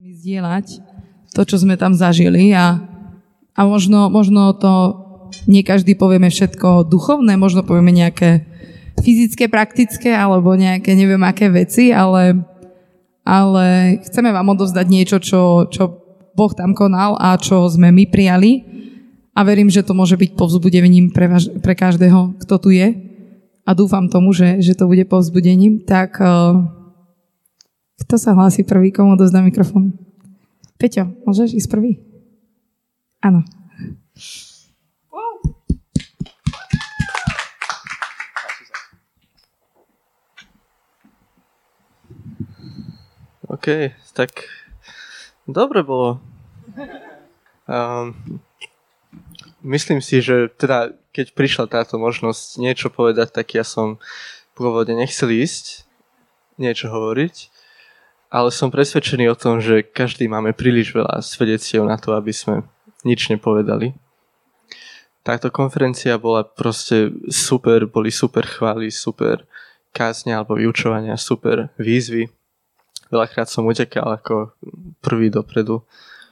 zdieľať to, čo sme tam zažili a možno to nie každý povieme všetko duchovné, možno povieme nejaké fyzické, praktické alebo nejaké neviem aké veci, ale chceme vám odovzdať niečo, čo Boh tam konal a čo sme my prijali a verím, že to môže byť povzbudením pre každého, kto tu je a dúfam tomu, že to bude povzbudením. Tak kto sa hlási prvý, komu odovzdám mikrofón? Peťo, môžeš ísť prvý? Áno. OK, tak dobre bolo. Myslím si, že teda, keď prišla táto možnosť niečo povedať, tak ja som pôvodne nechcel ísť, niečo hovoriť, ale som presvedčený o tom, že každý máme príliš veľa svedectiev na to, aby sme nič nepovedali. Táto konferencia bola proste super, boli super chvály, super kázne alebo vyučovania, super výzvy. Veľakrát som utekal ako prvý dopredu.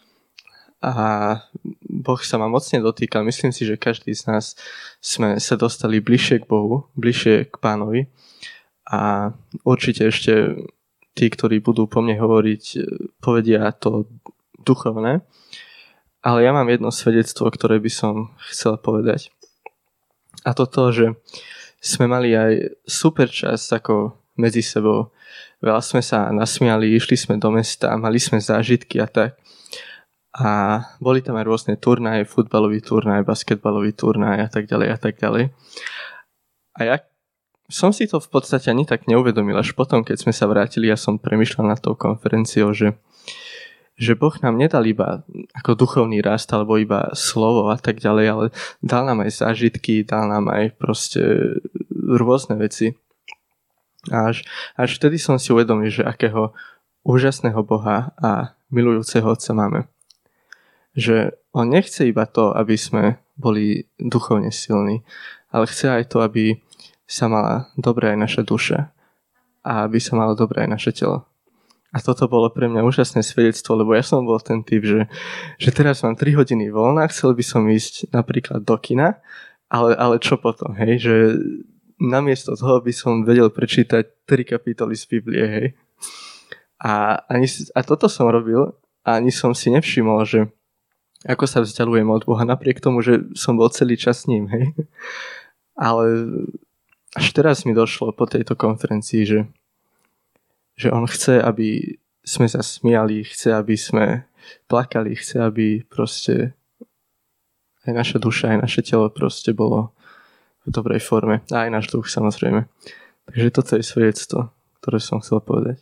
A Boh sa ma mocne dotýkal. Myslím si, že každý z nás sme sa dostali bližšie k Bohu, bližšie k Pánovi. A určite ešte tí, ktorí budú po mne hovoriť, povedia to duchovné. Ale ja mám jedno svedectvo, ktoré by som chcel povedať. A to, že sme mali aj super čas ako medzi sebou. Veľa sme sa nasmiali, išli sme do mesta, mali sme zážitky a tak. A boli tam aj rôzne turnaje, futbalový turnaj, basketbalový turnaj a tak ďalej a tak ďalej. A ja som si to v podstate ani tak neuvedomil, až potom, keď sme sa vrátili, ja som premýšľal nad tou konferenciou, že Boh nám nedal iba ako duchovný rast alebo iba slovo a tak ďalej, ale dal nám aj zážitky, dal nám aj proste rôzne veci. A až vtedy som si uvedomil, že akého úžasného Boha a milujúceho Otca máme. Že on nechce iba to, aby sme boli duchovne silní, ale chce aj to, aby sa mala dobré aj naša duša a aby sa malo dobré aj naše telo. A toto bolo pre mňa úžasné svedectvo, lebo ja som bol ten typ, že teraz mám 3 hodiny voľna, chcel by som ísť napríklad do kina, ale čo potom, hej, že namiesto toho by som vedel prečítať 3 kapitoly z Biblie, hej. A toto som robil a ani som si nevšimol, že ako sa vzdialujem od Boha, napriek tomu, že som bol celý čas s ním, hej. Ale až teraz mi došlo po tejto konferencii, že on chce, aby sme sa smiali, chce, aby sme plakali, chce, aby proste aj naša duša, aj naše telo proste bolo v dobrej forme. A aj náš duch, samozrejme. Takže toto je svedectvo, ktoré som chcel povedať.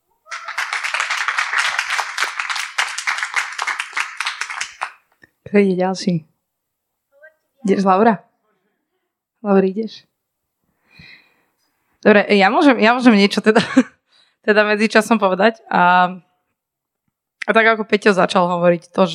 Kto ide ďalší? Ideš, Laura? Laura, ideš? Dobre, ja môžem niečo teda medzičasom povedať. A tak ako Peťo začal hovoriť to,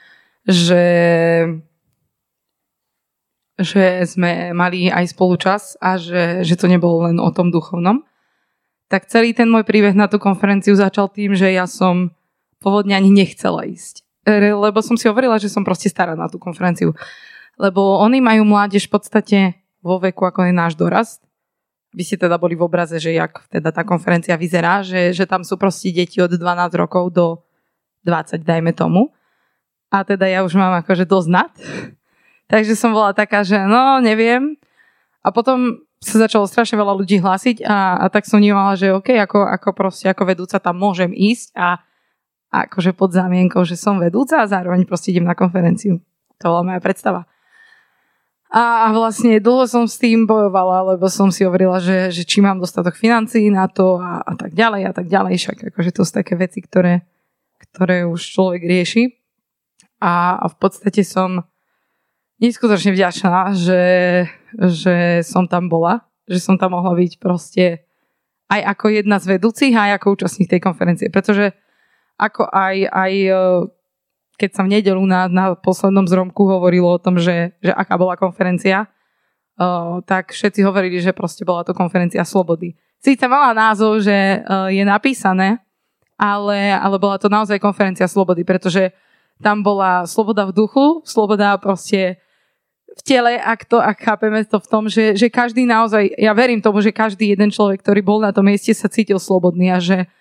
že sme mali aj spolučas a že to nebolo len o tom duchovnom. Tak celý ten môj príbeh na tú konferenciu začal tým, že ja som pôvodne ani nechcela ísť. Lebo som si hovorila, že som proste stará na tú konferenciu. Lebo oni majú mládež v podstate vo veku, ako je náš dorast. Vy ste teda boli v obraze, že jak teda tá konferencia vyzerá, že tam sú proste deti od 12 rokov do 20, dajme tomu. A teda ja už mám akože dosť nad. Takže som bola taká, že no, neviem. A potom sa začalo strašne veľa ľudí hlásiť a tak som vnímala, že OK, ako vedúca tam môžem ísť a akože pod zámienkou, že som vedúca a zároveň proste idem na konferenciu. To bola moja predstava. A vlastne dlho som s tým bojovala, lebo som si hovorila, že či mám dostatok financií na to a tak ďalej a tak ďalej. Však akože to sú také veci, ktoré už človek rieši. A v podstate som neskutočne vďačná, že som tam bola, že som tam mohla byť proste aj ako jedna z vedúcich, aj ako účastník tej konferencie. Pretože ako aj keď sa v nedeľu na poslednom zromku hovorilo o tom, že aká bola konferencia, tak všetci hovorili, že proste bola to konferencia slobody. Síce mala názov, že je napísané, ale bola to naozaj konferencia slobody, pretože tam bola sloboda v duchu, sloboda proste v tele, ak chápeme to v tom, že každý naozaj, ja verím tomu, že každý jeden človek, ktorý bol na tom mieste, sa cítil slobodný a že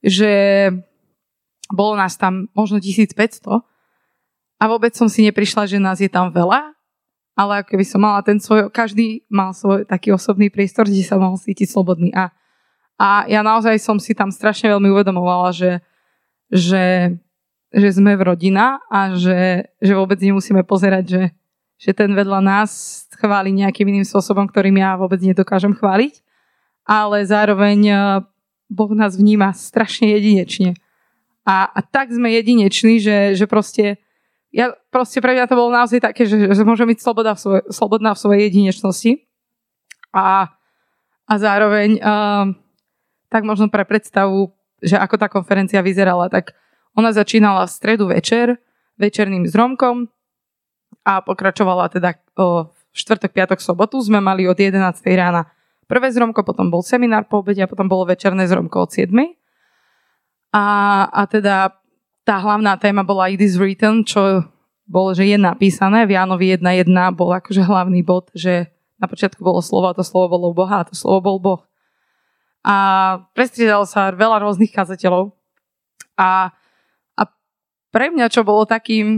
bolo nás tam možno 1500 a vôbec som si neprišla, že nás je tam veľa, ale ako keby som mala každý mal svoj taký osobný priestor, kde sa mohol cítiť slobodný a ja naozaj som si tam strašne veľmi uvedomovala, že sme v rodina a že vôbec nemusíme pozerať, že ten vedľa nás chváli nejakým iným spôsobom, ktorým ja vôbec nedokážem chváliť, ale zároveň Boh nás vníma strašne jedinečne. A tak sme jedineční, že proste pre mňa to bolo naozaj také, že môžem byť slobodná v svojej jedinečnosti a zároveň tak možno pre predstavu, že ako tá konferencia vyzerala, tak ona začínala v stredu večerným zromkom a pokračovala teda štvrtok, piatok, sobotu. Sme mali od 11. rána prvé zromko, potom bol seminár po obede a potom bolo večerné zromko od 7. A teda tá hlavná téma bola It is written, čo bolo, že je napísané. V Jánovi 1.1 bol akože hlavný bod, že na počiatku bolo slovo a to slovo bolo u Boha a to slovo bol Boh. A prestriedalo sa veľa rôznych kazateľov a pre mňa, čo bolo takým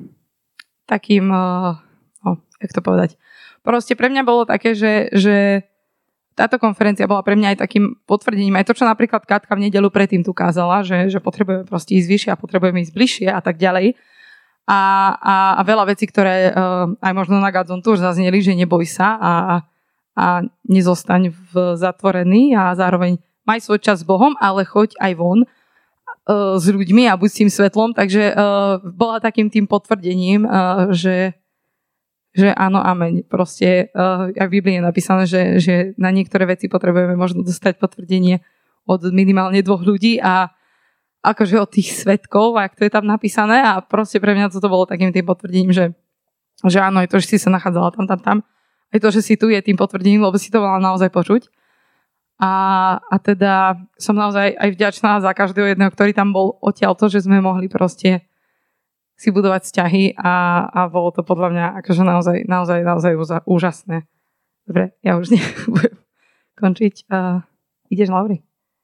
jak to povedať, proste pre mňa bolo také, že táto konferencia bola pre mňa aj takým potvrdením, aj to, čo napríklad Katka v nedeľu predtým tu kázala, že potrebujeme proste ísť vyššie a potrebujeme ísť bližšie a tak ďalej. A veľa vecí, ktoré aj možno na Godzone Tour zazneli, že neboj sa a nezostaň zatvorený a zároveň maj svoj čas s Bohom, ale choď aj von s ľuďmi a buď s tým svetlom, takže bola takým tým potvrdením, že áno, ameň. Proste, jak v Biblii je napísané, že na niektoré veci potrebujeme možno dostať potvrdenie od minimálne 2 ľudí a akože od tých svedkov, ak to je tam napísané a proste pre mňa toto bolo takým tým potvrdením, že áno, aj to, že si sa nachádzala tam, aj to, že si tu je tým potvrdením, lebo si to mala naozaj počuť. A teda som naozaj aj vďačná za každého jedného, ktorý tam bol odtiaľto, že sme mohli proste si budovať vzťahy a bolo to podľa mňa akože naozaj úžasné. Dobre, ja už nebudem končiť. Ideš, Lauri?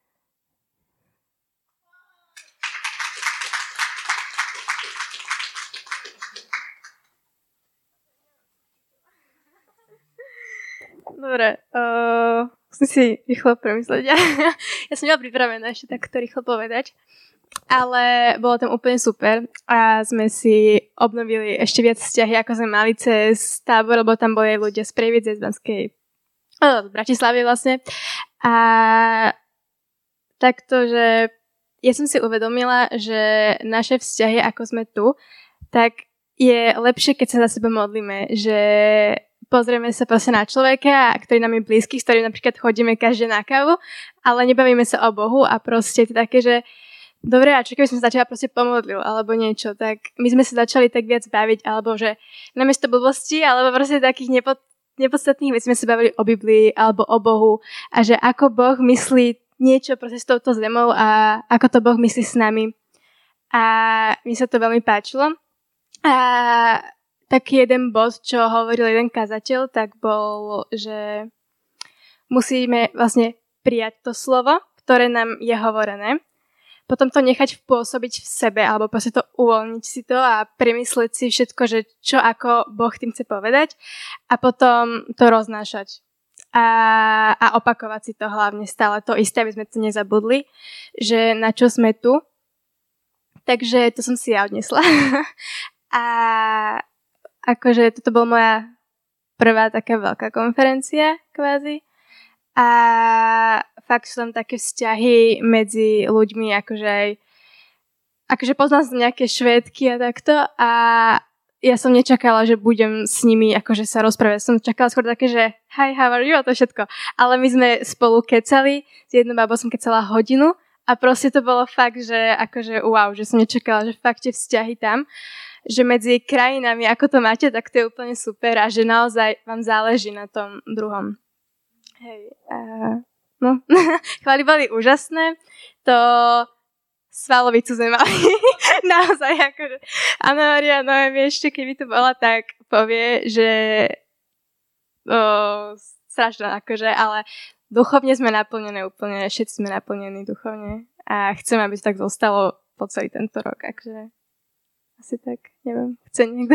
Dobre, musím si rýchlo premyslieť. Ja som mala pripravené ešte takto rýchlo povedať, ale bolo tam úplne super a sme si obnovili ešte viac vzťahy, ako sme mali cez tábor, lebo tam boli aj ľudia z Prievidze, z Bratislavy vlastne. A takto, že ja som si uvedomila, že naše vzťahy, ako sme tu, tak je lepšie, keď sa za seba modlíme, že pozrieme sa proste na človeka, ktorý nám je blízky, s ktorým napríklad chodíme každý na kávu, ale nebavíme sa o Bohu a proste to také, že dobre, a čo keby som sa začala proste pomodlil alebo niečo, tak my sme sa začali tak viac baviť, alebo že namiesto blbosti, alebo proste takých nepodstatných vecí sme sa bavili o Biblii alebo o Bohu a že ako Boh myslí niečo proste s touto zemou a ako to Boh myslí s nami. A mi sa to veľmi páčilo. A taký jeden bod, čo hovoril jeden kazateľ, tak bol, že musíme vlastne prijať to slovo, ktoré nám je hovorené, potom to nechať pôsobiť v sebe, alebo proste to uvoľniť si to a premyslieť si všetko, že čo ako Boh tým chce povedať a potom to roznášať. A opakovať si to hlavne stále to isté, aby sme to nezabudli, že na čo sme tu. Takže to som si ja odnesla. A akože toto bola moja prvá taká veľká konferencia kvázi. A fakt sú tam také vzťahy medzi ľuďmi, akože poznám som nejaké Švédky a takto a ja som nečakala, že budem s nimi akože sa rozprávať. Som čakala skôr také, že hi, how are you a to všetko. Ale my sme spolu kecali, s jednou babou som kecala hodinu a proste to bolo fakt, že akože wow, že som nečakala, že fakt tie vzťahy tam, že medzi krajinami, ako to máte, tak to je úplne super a že naozaj vám záleží na tom druhom. Hej, no, chvály boli úžasné. To svalovicu sme mali. Naozaj, akože Anna Maria Noemi ešte, keby tu bola, tak povie, že strašná, akože, ale duchovne sme naplnené úplne, všetci sme naplnení duchovne a chcem, aby to tak zostalo po celý tento rok, akože asi tak, neviem, chce niekto?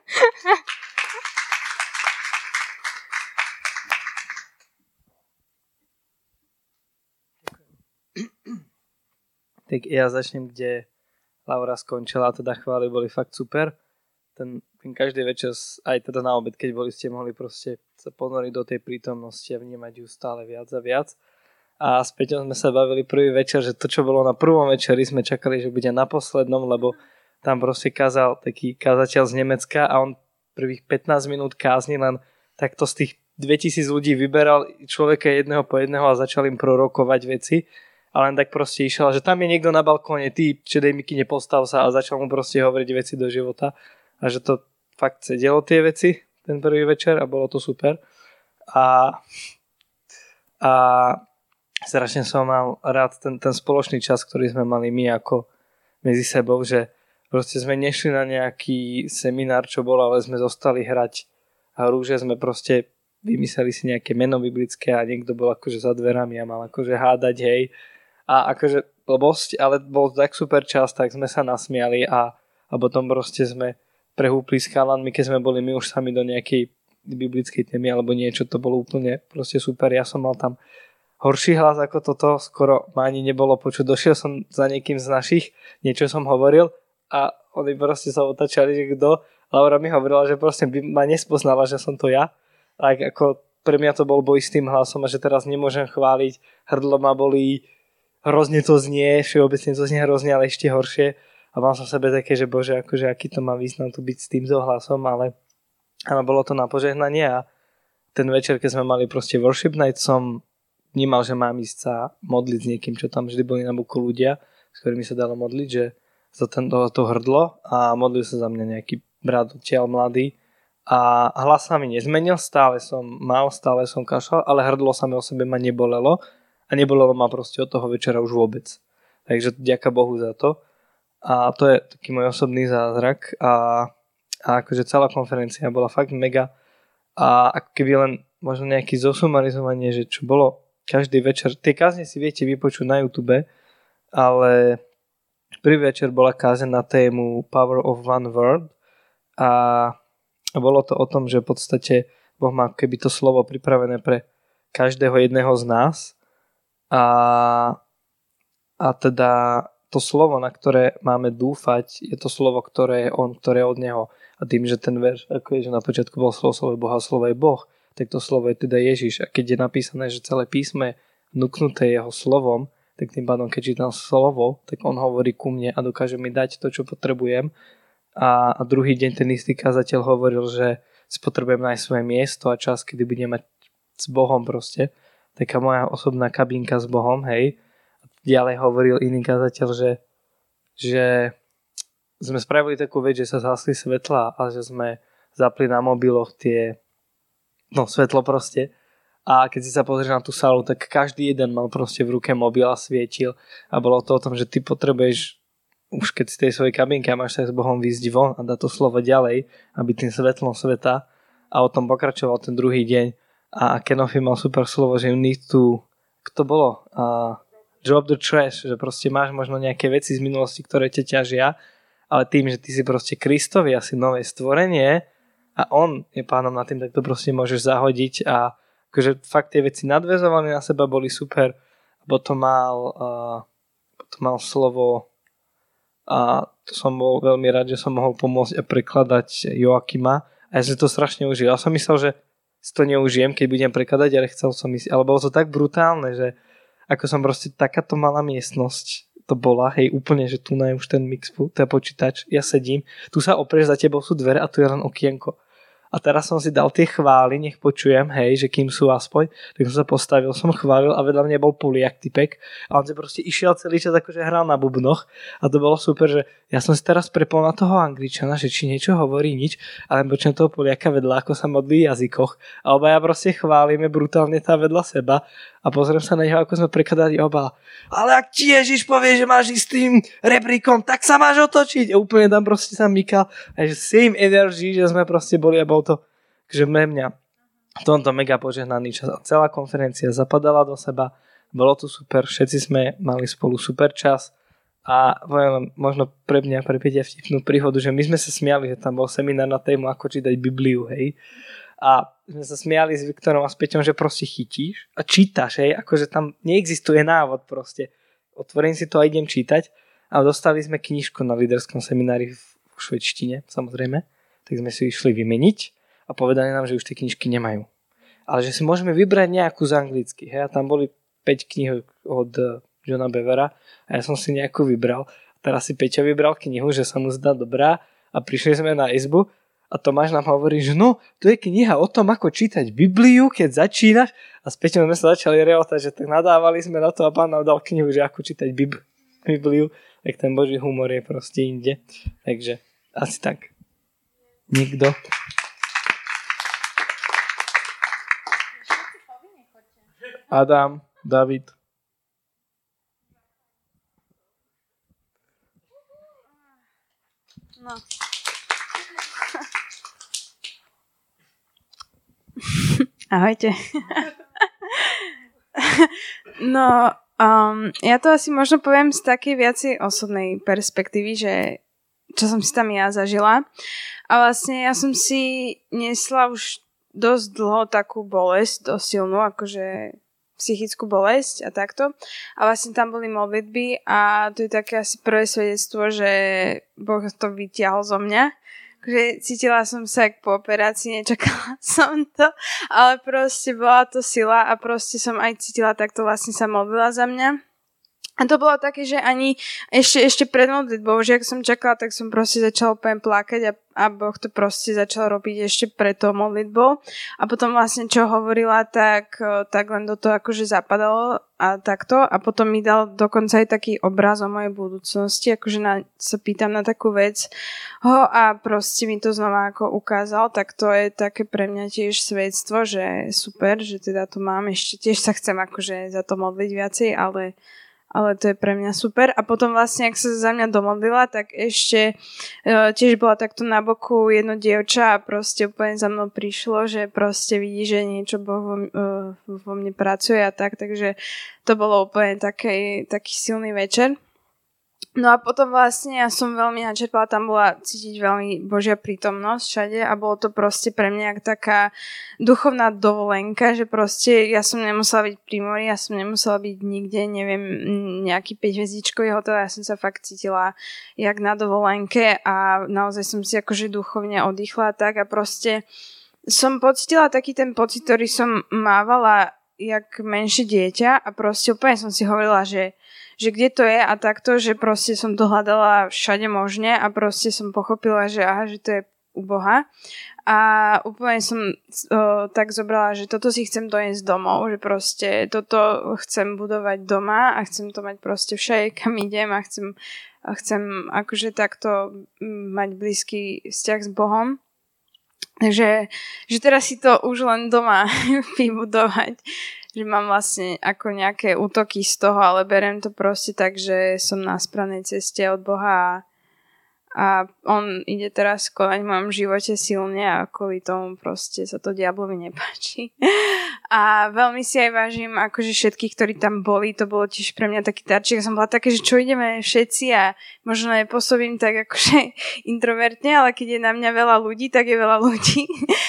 Tak ja začnem, kde Laura skončila, teda chvály boli fakt super. Ten každý večer, aj teda na obed, keď ste mohli proste sa ponoriť do tej prítomnosti a vnímať ju stále viac a viac. A s Peťom sme sa bavili prvý večer, že to, čo bolo na prvom večeri, sme čakali, že bude na poslednom, lebo tam proste kázal taký kázateľ z Nemecka a on prvých 15 minút kázni len takto z tých 2000 ľudí vyberal človeka jedného po jedného a začal im prorokovať veci. A len tak proste išiel, že tam je niekto na balkóne, ty čedej Miky, nepostav sa, a začal mu proste hovoriť veci do života a že to fakt sedelo tie veci ten prvý večer a bolo to super a strašne som mal rád ten spoločný čas, ktorý sme mali my ako medzi sebou, že proste sme nešli na nejaký seminár, čo bolo, ale sme zostali hrať hru, že sme proste vymysleli si nejaké meno biblické a niekto bol akože za dverami a mal akože hádať, hej. A akože blbosť, ale bol tak super čas, tak sme sa nasmiali a potom proste sme prehúpli s chalanmi, keď sme boli my už sami do nejakej biblickej témy alebo niečo, to bolo úplne proste super. Ja som mal tam horší hlas ako toto, skoro ma ani nebolo počuť. Došiel som za niekým z našich, niečo som hovoril a oni proste sa otačali, že kto. Laura mi hovorila, že proste by ma nespoznala, že som to ja. Tak ako pre mňa to bol boj s tým hlasom a že teraz nemôžem chváliť, hrdlo ma bolí, hrozne to znie, všeobecne to znie hrozne, ale ešte horšie. A mám som v sebe také, že bože, akože aký to má význam tu byť s týmto hlasom, ale bolo to na požehnanie a ten večer, keď sme mali proste worship night, som vnímal, že mám ísť sa modliť s niekým, čo tam vždy boli na buku ľudia, s ktorými sa dalo modliť, že za to hrdlo a modlil sa za mňa nejaký brat odtiaľ mladý a hlas sa mi nezmenil, stále som kašľal, ale hrdlo sa mi o sebe ma nebolelo. A nebolelo ma proste od toho večera už vôbec. Takže ďaká Bohu za to. A to je taký môj osobný zázrak. A akože celá konferencia bola fakt mega. A ako keby len možno nejaké zosumarizovanie, že čo bolo každý večer. Tie kázne si viete vypočuť na YouTube, ale prvý večer bola kázeň na tému Power of One Word. A bolo to o tom, že v podstate Boh má keby to slovo pripravené pre každého jedného z nás. A teda to slovo, na ktoré máme dúfať, je to slovo, ktoré je od neho. A tým, že ten verš, ako je, že na počiatku bol slovo je Boh a slovo je Boh, tak to slovo je teda Ježiš. A keď je napísané, že celé písmo je vnuknuté jeho slovom, tak tým pádom, keď čítam slovo, tak on hovorí ku mne a dokáže mi dať to, čo potrebujem. A druhý deň ten istý kazateľ hovoril, že si potrebujem nájsť svoje miesto a čas, kedy budem mať s Bohom proste. Taká moja osobná kabínka s Bohom, hej. Ďalej hovoril iný kazateľ, že sme spravili takú vec, že sa zhasli svetla a že sme zapli na mobiloch svetlo proste. A keď si sa pozrieš na tú sálu, tak každý jeden mal proste v ruke mobil a svietil. A bolo to o tom, že ty potrebuješ, už keď si tej svojej kabínke a máš sa s Bohom výjsť von a dať to slovo ďalej, aby tým svetlom sveta, a o tom pokračoval ten druhý deň. A Kenofi mal super slovo, že you need to, to bolo? Drop the trash, že proste máš možno nejaké veci z minulosti, ktoré ťa ťažia, ale tým, že ty si proste Kristovi, asi nové stvorenie a on je pánom na tým, tak to proste môžeš zahodiť a akože fakt tie veci nadväzovali na seba, boli super. A potom mal slovo a to som bol veľmi rád, že som mohol pomôcť a prekladať Joakima a ja si to strašne užil. Ja som myslel, že si to neužijem, keď budem prekladať, ale chcel som ísť. Ale bolo to tak brutálne, že ako som proste takáto malá miestnosť to bola, hej, úplne, že tu je už ten mix, to je počítač, ja sedím, tu sa oprieš, za tebou sú dvere a tu je len okienko. A teraz som si dal tie chvály, nech počujem, hej, že kým sú aspoň, tak som sa postavil, som chválil a vedľa mňa bol Poliak typek a on si proste išiel celý čas akože hral na bubnoch a to bolo super, že ja som si teraz prepol na toho Angličana, že či niečo hovorí, nič, ale počujem toho Poliaka vedľa, ako sa modlí v jazykoch a obaja proste chválime brutálne tá vedľa seba a A pozriem sa na neho, ako sme prekladali obal. Ale ak ti Ježiš povie, že máš ísť s tým rebríkom, tak sa máš otočiť. A úplne tam proste sa mykal. A že same energy, že sme proste boli a bol to, že mňa v tomto mega požehnaný čas. A celá konferencia zapadala do seba. Bolo to super, všetci sme mali spolu super čas. A možno pre mňa, pre Peťa vtipnú príhodu, že my sme sa smiali, že tam bol seminár na tému, ako čítať Bibliu, hej. A sme sa smiali s Viktorom a s Peťom, že proste chytíš a čítaš, hej, akože tam neexistuje návod proste. Otvorím si to a idem čítať a dostali sme knižku na líderskom seminári v švédštine, samozrejme, tak sme si išli vymeniť a povedali nám, že už tie knižky nemajú. Ale že si môžeme vybrať nejakú z anglicky, hej, a tam boli 5 kníh od Johna Bevera a ja som si nejakú vybral. Teraz si Peťo vybral knihu, že sa mu zdá dobrá a prišli sme na izbu. A Tomáš nám hovorí, že no, to je kniha o tom, ako čítať Bibliu, keď začínaš. A s Peťom sme sa začali reotať, že tak nadávali sme na to a pán nám dal knihu, že ako čítať Bibliu. Tak ten Boží humor je proste inde. Takže asi tak. Nikto? Adam, David. No. Ahojte. No, ja to asi možno poviem z takej viacej osobnej perspektívy, že čo som si tam ja zažila. A vlastne ja som si nesla už dosť dlho takú bolesť, dosť silnú, akože psychickú bolesť a takto. A vlastne tam boli modlitby a to je také asi prvé svedectvo, že Boh to vytiahol zo mňa. Že cítila som sa jak po operácii, nečakala som to, ale proste bola to sila a proste som aj cítila, takto vlastne sa modlila za mňa. A to bolo také, že ani ešte pred modlitbou, že ak som čakala, tak som proste začala úplne plakať a Boh to proste začal robiť ešte pred tou modlitbou. A potom vlastne čo hovorila, tak len do toho akože zapadalo a takto. A potom mi dal dokonca aj taký obraz o mojej budúcnosti, akože sa pýtam na takú vec a proste mi to znova ako ukázal, tak to je také pre mňa tiež svedectvo, že super, že teda to mám. Ešte tiež sa chcem akože za to modliť viacej, ale to je pre mňa super. A potom vlastne, ak sa za mňa domodlila, tak ešte tiež bola takto na boku jedno dievča a proste úplne za mnou prišlo, že proste vidí, že niečo Boh vo mne pracuje a tak, takže to bolo úplne taký silný večer. No a potom vlastne ja som veľmi načerpala, tam bola cítiť veľmi Božia prítomnosť všade a bolo to proste pre mňa jak taká duchovná dovolenka, že proste ja som nemusela byť pri mori, ja som nemusela byť nikde, neviem, nejaký 5-hviezdičkový hotel, ja som sa fakt cítila jak na dovolenke a naozaj som si akože duchovne oddychla tak a proste som pocítila taký ten pocit, ktorý som mávala jak menšie dieťa a proste úplne som si hovorila, že kde to je a takto, že proste som to hľadala všade možne a proste som pochopila, že aha, že to je u Boha a úplne som tak zobrala, že toto si chcem doniesť domov, že proste toto chcem budovať doma a chcem to mať proste všade, kam idem a chcem akože takto mať blízky vzťah s Bohom. Takže že teraz si to už len doma vybudovať, že mám vlastne ako nejaké útoky z toho, ale beriem to proste tak, že som na správnej ceste od Boha a on ide teraz konať v mojom živote silne a kvôli tomu proste sa to diablovi nepáči. A veľmi si aj vážim akože všetkých, ktorí tam boli, to bolo tiež pre mňa taký darček. Ja som bola také, že čo ideme všetci a možno nepôsobím tak akože introvertne, ale keď je na mňa veľa ľudí, tak je veľa ľudí.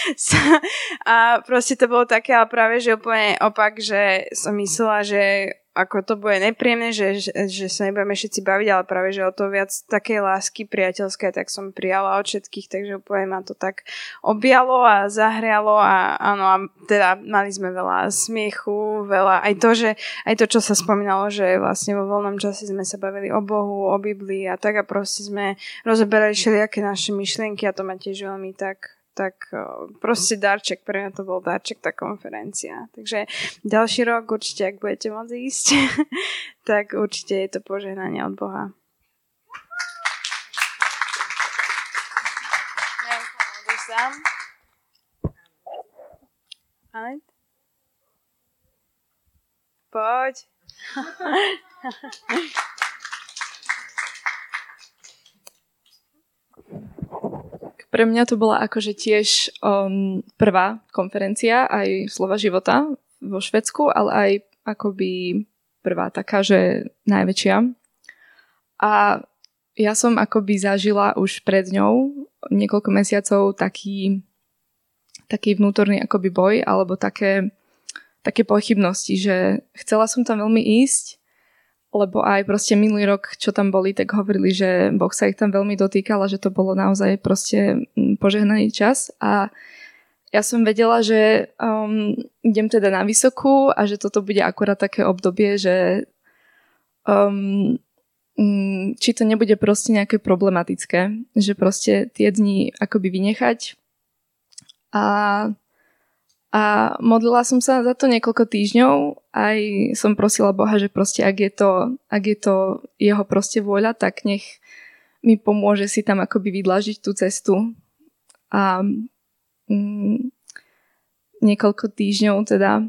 A proste to bolo také, ale práve že úplne opak, že som myslela, že ako to bude nepríjemné, že sa nebudeme všetci baviť, ale práve, že o to viac takej lásky priateľské, tak som prijala od všetkých, takže úplne ma to tak objalo a zahrialo a áno, a teda mali sme veľa smiechu, veľa, aj to, čo sa spomínalo, že vlastne vo voľnom čase sme sa bavili o Bohu, o Biblii a tak a proste sme rozoberali všelijaké naše myšlienky a to ma tiež veľmi tak proste darček, pre mňa to bol darček, tá konferencia. Takže ďalší rok určite, ak budete môcť ísť, tak určite je to požehnanie od Boha. Poď. Pre mňa to bola akože tiež prvá konferencia aj Slova života vo Švédsku, ale aj akoby prvá taká, že najväčšia. A ja som akoby zažila už pred ňou niekoľko mesiacov taký vnútorný akoby boj, alebo také pochybnosti, že chcela som tam veľmi ísť, lebo aj proste minulý rok, čo tam boli, tak hovorili, že Boh sa ich tam veľmi dotýkal a že to bolo naozaj proste požehnaný čas a ja som vedela, že idem teda na vysokú a že toto bude akurát také obdobie, že či to nebude proste nejaké problematické, že proste tie dni akoby vynechať a modlila som sa za to niekoľko týždňov, aj som prosila Boha, že proste ak je to jeho proste vôľa, tak nech mi pomôže si tam akoby vydlážiť tú cestu. A niekoľko týždňov teda,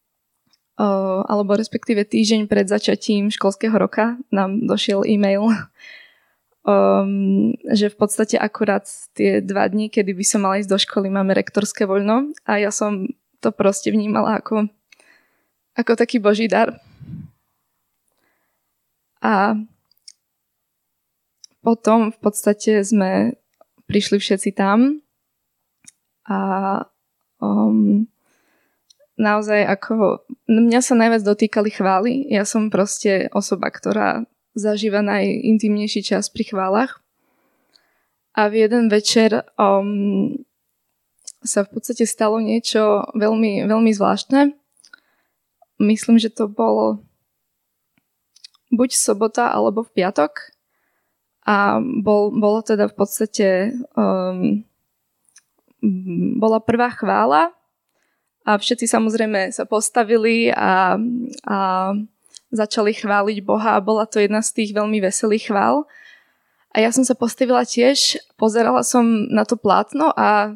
alebo respektíve týždeň pred začatím školského roka nám došiel e-mail, že v podstate akurát tie 2 dni, kedy by som mala ísť do školy, máme rektorské voľno a ja som to proste vnímala ako taký Boží dar. A potom v podstate sme prišli všetci tam a naozaj ako mňa sa najviac dotýkali chvály. Ja som proste osoba, ktorá zažíva najintimnejší čas pri chválach. A v jeden večer sa v podstate stalo niečo veľmi, veľmi zvláštne. Myslím, že to bolo buď sobota alebo v piatok. A bolo teda v podstate bola prvá chvála a všetci samozrejme sa postavili a začali chváliť Boha a bola to jedna z tých veľmi veselých chvál. A ja som sa postavila tiež, pozerala som na to plátno a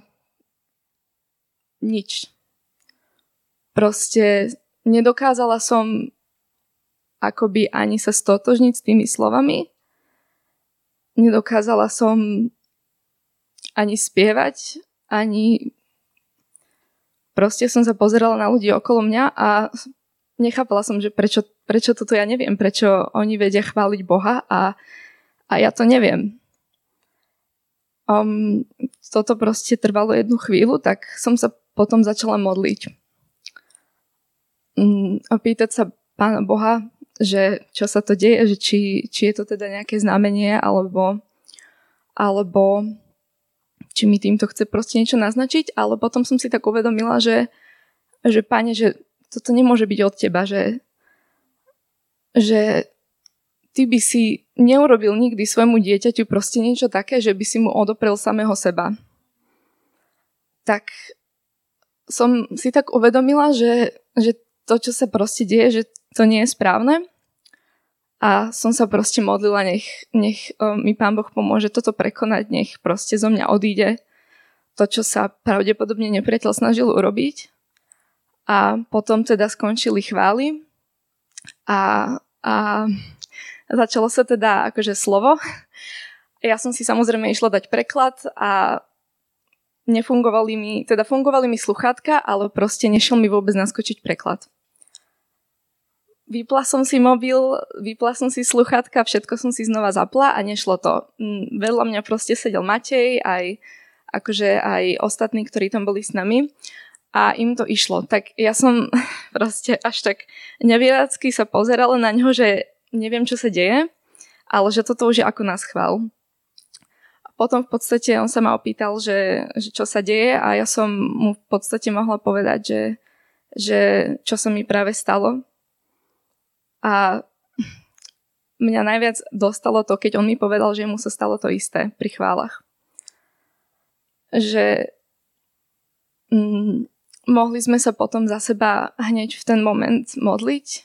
nič. Proste nedokázala som akoby ani sa stotožniť s tými slovami. Nedokázala som ani spievať, ani proste som sa pozerala na ľudí okolo mňa a nechápala som, že prečo toto ja neviem, prečo oni vedia chváliť Boha a ja to neviem. Toto proste trvalo jednu chvíľu, tak som sa potom začala modliť. A pýtať sa Pána Boha, že čo sa to deje, že či je to teda nejaké znamenie, alebo či mi týmto chce proste niečo naznačiť, ale potom som si tak uvedomila, že Pane, že toto nemôže byť od teba, že ty by si neurobil nikdy svojmu dieťaťu proste niečo také, že by si mu odoprel samého seba. Tak som si tak uvedomila, že to, čo sa proste deje, že to nie je správne. A som sa proste modlila, nech mi Pán Boh pomôže toto prekonať, nech proste zo mňa odíde to, čo sa pravdepodobne nepriateľ snažil urobiť. A potom teda skončili chvály a začalo sa teda akože slovo. Ja som si samozrejme išla dať preklad a fungovali mi sluchátka, ale proste nešiel mi vôbec naskočiť preklad. Vypla som si mobil, vypla som si sluchátka, všetko som si znova zapla a nešlo to. Vedľa mňa proste sedel Matej, aj ostatní, ktorí tam boli s nami a im to išlo. Tak ja som proste až tak nevierácky sa pozerala na ňo, že neviem, čo sa deje, ale že toto už je ako na schvál. A potom v podstate on sa ma opýtal, že čo sa deje a ja som mu v podstate mohla povedať, že čo sa mi práve stalo. A mňa najviac dostalo to, keď on mi povedal, že mu sa stalo to isté pri chválach. Že mohli sme sa potom za seba hneď v ten moment modliť.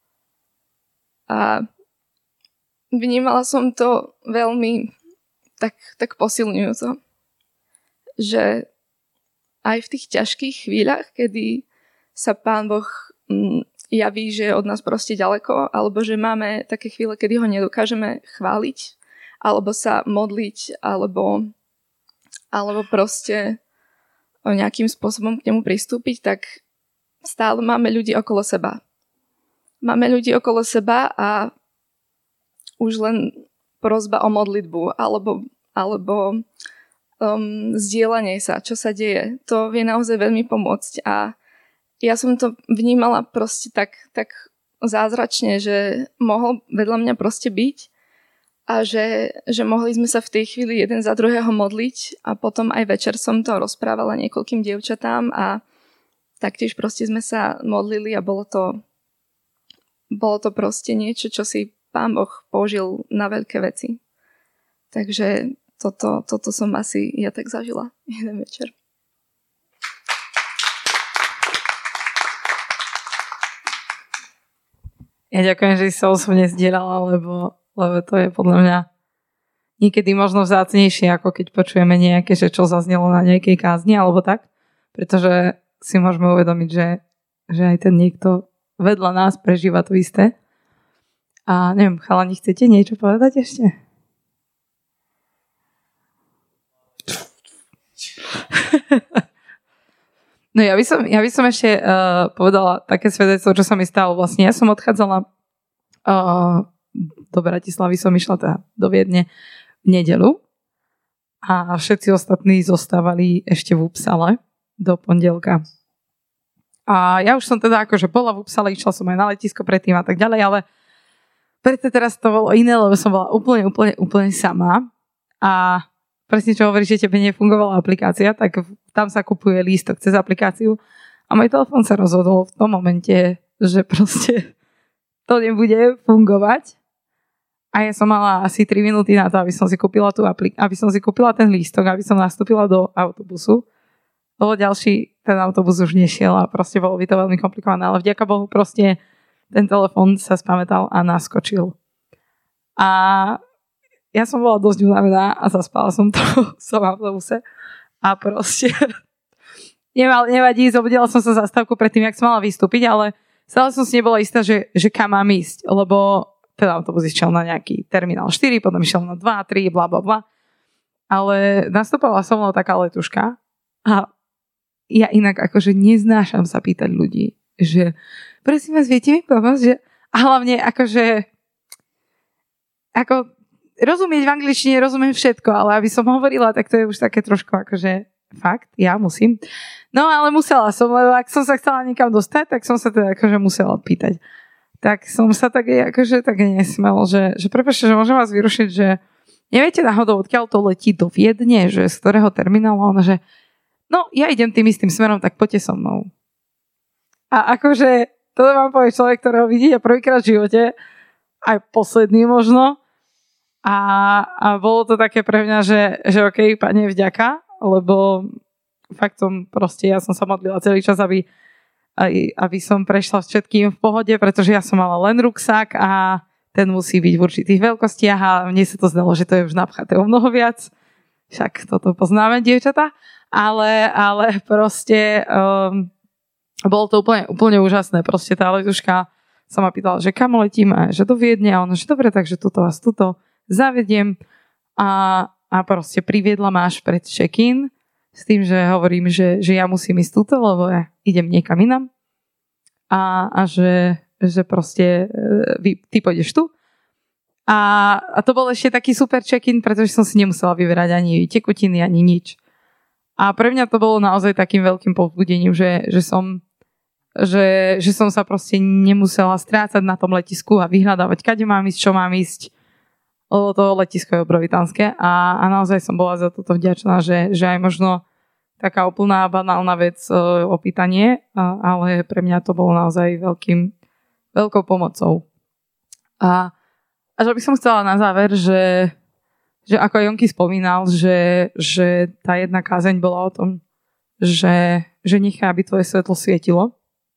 A vnímala som to veľmi tak posilňujúco. Že aj v tých ťažkých chvíľach, kedy sa Pán Boh javí, že je od nás proste ďaleko, alebo že máme také chvíle, kedy ho nedokážeme chváliť, alebo sa modliť, alebo proste nejakým spôsobom k nemu pristúpiť, tak stále máme ľudí okolo seba. Máme ľudí okolo seba a už len prosba o modlitbu alebo zdieľanie sa, čo sa deje. To vie naozaj veľmi pomôcť a ja som to vnímala proste tak zázračne, že mohol vedľa mňa proste byť a že mohli sme sa v tej chvíli jeden za druhého modliť a potom aj večer som to rozprávala niekoľkým dievčatám a taktiež proste sme sa modlili a bolo to proste niečo, čo si Pán Boh použil na veľké veci. Takže toto som asi ja tak zažila jeden večer. Ja ďakujem, že si sa osobne zdieľala, lebo to je podľa mňa niekedy možno vzácnejšie, ako keď počujeme nejaké, že čo zaznelo na nejakej kázni, alebo tak. Pretože si môžeme uvedomiť, že aj ten niekto vedľa nás prežíva to isté. A neviem, chalani, chcete niečo povedať ešte? No ja by som ešte povedala také svedectvo, čo sa mi stalo. Vlastne ja som odchádzala do Bratislavy, som išla teda do Viedne v nedeľu a všetci ostatní zostávali ešte v Uppsale do pondelka. A ja už som teda akože bola v Uppsale, išla som aj na letisko predtým a tak ďalej, ale preto teraz to bolo iné, lebo som bola úplne sama a presne čo hovoríš, že tebe nefungovala aplikácia, tak tam sa kupuje lístok cez aplikáciu a môj telefón sa rozhodol v tom momente, že proste to nebude fungovať a ja som mala asi 3 minúty na to, aby som si kúpila ten lístok, aby som nastúpila do autobusu. Bolo ďalší, ten autobus už nešiel a proste bolo by to veľmi komplikované, ale vďaka Bohu proste ten telefón sa spamätal a naskočil. A ja som bola dosť unavená a zaspala som to v autobuse a proste nevadí, zobudila som sa zastávku predtým, jak som mala vystúpiť, ale stále som si nebola istá, že kam mám ísť, lebo ten autobus išiel na nejaký terminál 4, potom išiel na 2, 3, bla bla bla. Ale nastúpala so mnou taká letuška a ja inak akože neznášam sa pýtať ľudí, že prosím vás, viete mi pomôcť? Že... A hlavne akože rozumieť v angličtine, rozumiem všetko, ale aby som hovorila, tak to je už také trošku akože fakt, ja musím. No ale musela som, lebo ak som sa chcela niekam dostať, tak som sa teda akože musela pýtať. Tak som sa tak akože tak nesmel, že prepáčte, že môžem vás vyrušiť, že neviete náhodou, odkiaľ to letí do Viedne, že z ktorého terminálu, ona, že no, ja idem tým istým smerom, tak poďte so mnou. A akože toto vám povie človek, ktorého vidíte prvýkrát v živote, aj posledný možno. A bolo to také pre mňa, že okej, Pane, vďaka, lebo fakt ja som sa modlila celý čas, aby som prešla všetkým v pohode, pretože ja som mala len ruksak a ten musí byť v určitých veľkostiach a mne sa to zdalo, že to je už napchaté o mnoho viac. Však toto poznáme, dievčatá. Ale proste bolo to úplne úžasné. Proste tá letuška sa ma pýtala, že kam letíme, že do Viedne a ona, že dobre, takže tuto zavediem a proste priviedla ma až pred check-in s tým, že hovorím, že ja musím ísť tuto, lebo ja idem niekam inam a že proste ty pôjdeš tu. A to bol ešte taký super check-in, pretože som si nemusela vyberať ani tekutiny, ani nič. A pre mňa to bolo naozaj takým veľkým povzbudením, že som sa proste nemusela strácať na tom letisku a vyhľadávať, kade mám ísť, čo mám ísť. Lebo to letisko je obrovitánske a naozaj som bola za toto vďačná, že aj možno taká úplná banálna vec opýtanie, ale pre mňa to bolo naozaj veľkou pomocou. A že by som chcela na záver, že ako Jonky spomínal, že tá jedna kázeň bola o tom, že nechaj, aby tvoje svetlo svietilo.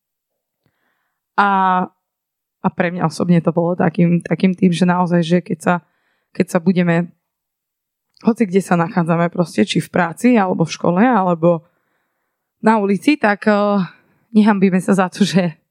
A pre mňa osobne to bolo takým tým, že naozaj, že keď sa budeme, hoci kde sa nachádzame proste, či v práci, alebo v škole, alebo na ulici, tak nehambíme sa za to, že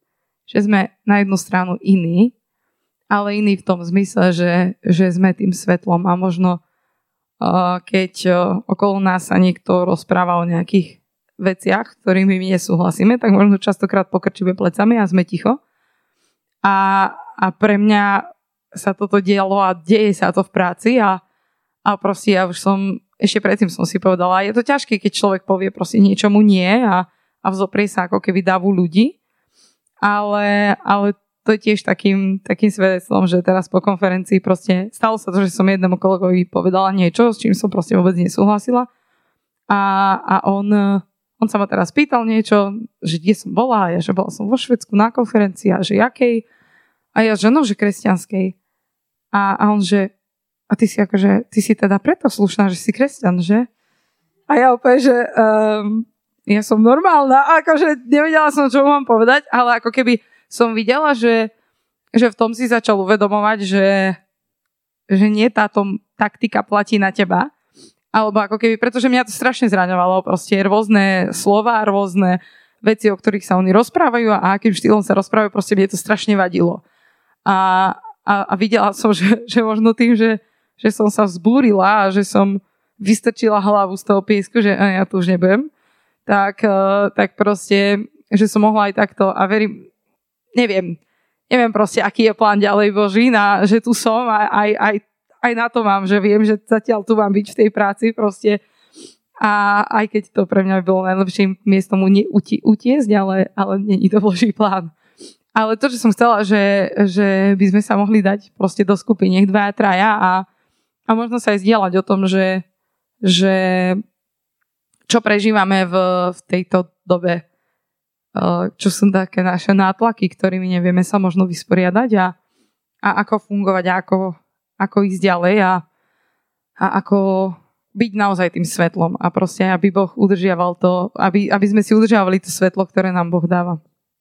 že sme na jednu stranu iní, ale iní v tom zmysle, že sme tým svetlom a možno keď okolo nás sa niekto rozpráva o nejakých veciach, ktorými my nesúhlasíme, tak možno častokrát pokrčíme plecami a sme ticho. A pre mňa sa toto dialo a deje sa to v práci a proste ja už ešte predtým som si povedala, je to ťažké, keď človek povie proste niečomu nie a vzoprie sa ako keby davu ľudí, ale to je tiež takým svedectvom, že teraz po konferencii proste stalo sa to, že som jednému kolegovi povedala niečo, s čím som proste vôbec nesúhlasila a on sa ma teraz pýtal niečo, že kde som bola, ja, že bola som vo Švédsku na konferencii a že jakej, a ja, že no, že kresťanskej. A on, že a ty si teda preto slušná, že si kresťan, že? A ja úplne, že ja som normálna, akože nevedela som, čo mám povedať, ale ako keby som videla, že v tom si začal uvedomovať, že nie táto taktika platí na teba, alebo ako keby, pretože mňa to strašne zraňovalo, proste rôzne slova, rôzne veci, o ktorých sa oni rozprávajú a akým štýlom sa rozprávajú, proste mne to strašne vadilo. A videla som, že možno tým, že som sa vzbúrila a že som vystrčila hlavu z toho piesku, že ja tu už nebudem, tak proste, že som mohla aj takto a verím, neviem proste, aký je plán ďalej Boží, že tu som a aj na to mám, že viem, že zatiaľ tu mám byť v tej práci proste a aj keď to pre mňa by bolo najlepším miestom utiesť, ale nie je to Boží plán. Ale to, že som chcela, že by sme sa mohli dať proste do skupy, nech 2 a 3 a možno sa aj zdieľať o tom, že čo prežívame v tejto dobe, čo sú také naše nátlaky, ktorými nevieme sa možno vysporiadať a ako fungovať a ako ísť ďalej a ako byť naozaj tým svetlom a proste, aby Boh udržiaval to, aby sme si udržiavali to svetlo, ktoré nám Boh dáva.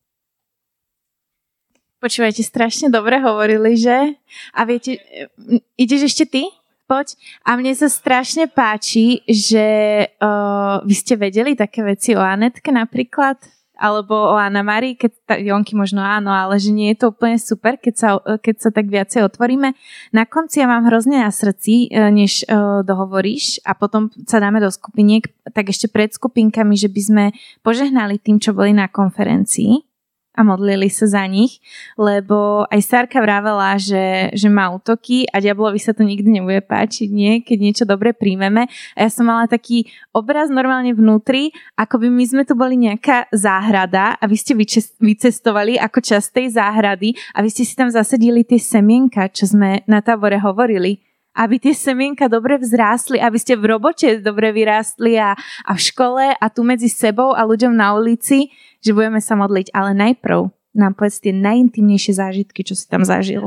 Počúvajte, strašne dobre hovorili, že? A viete, ideš ešte ty? Poď. A mne sa strašne páči, že vy ste vedeli také veci o Anetke napríklad, alebo o Anna Marii, keď Jonky možno áno, ale že nie je to úplne super, keď sa tak viacej otvoríme. Na konci ja mám hrozne na srdci, než dohovoríš a potom sa dáme do skupiniek, tak ešte pred skupinkami, že by sme požehnali tým, čo boli na konferencii a modlili sa za nich, lebo aj Sárka vravela, že má útoky a diablovi sa to nikdy nebude páčiť, nie? Keď niečo dobre príjmeme. A ja som mala taký obraz normálne vnútri, ako by my sme tu boli nejaká záhrada a vy ste vycestovali ako časť tej záhrady a vy ste si tam zasadili tie semienka, čo sme na tábore hovorili. Aby tie semienka dobre vzrástli, aby ste v robote dobre vyrástli a v škole a tu medzi sebou a ľuďom na ulici, že budeme sa modliť. Ale najprv nám povedz tie najintimnejšie zážitky, čo si tam zažil.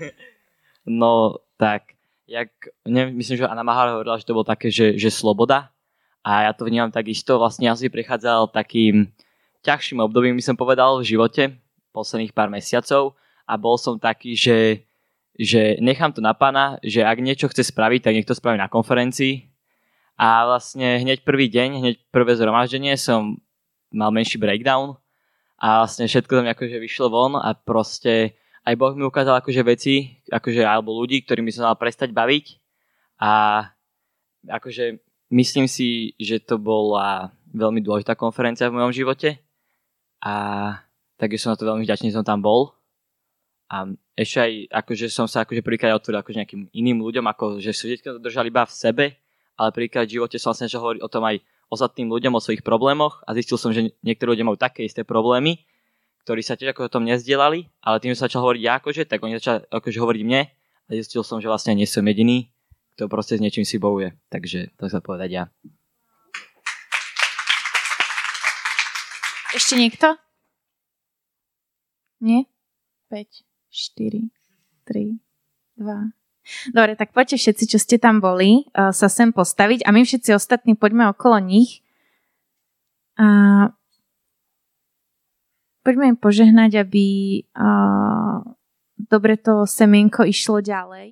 No tak, myslím, že Anna Mahara hovorila, že to bolo také, že sloboda. A ja to vnímam takisto. Vlastne ja si prechádzal takým ťažším obdobím, by som povedal, v živote posledných pár mesiacov. A bol som taký, že nechám to na Pána, že ak niečo chce spraviť, tak nech to spraví na konferencii. A vlastne hneď prvý deň, hneď prvé zhromaždenie som mal menší breakdown a vlastne všetko tam akože vyšlo von a proste aj Boh mi ukázal akože veci, akože alebo ľudí, ktorými som mal prestať baviť a akože myslím si, že to bola veľmi dôležitá konferencia v mojom živote a takže som na to veľmi vďačný, že som tam bol. A ešte aj akože som sa akože prvýkrát otvoril akože nejakým iným ľuďom, ako že svedectvo to držali iba v sebe, ale prvýkrát v živote som vlastne začal hovoriť o tom aj ostatným ľuďom, o svojich problémoch a zistil som, že niektorí ľudia majú také isté problémy, ktorí sa tiež ako o tom nezdielali, ale tým, že sa začal hovoriť ja akože, tak oni začali akože hovoriť mne a zistil som, že vlastne nie som jediný, kto proste s niečím si bojuje. Takže to chcem povedať ja. Ešte niekto? Nie? 5, 4, 3, 2. Dobre, tak poďte všetci, čo ste tam boli, sa sem postaviť a my všetci ostatní poďme okolo nich a poďme im požehnať, aby dobre to semienko išlo ďalej.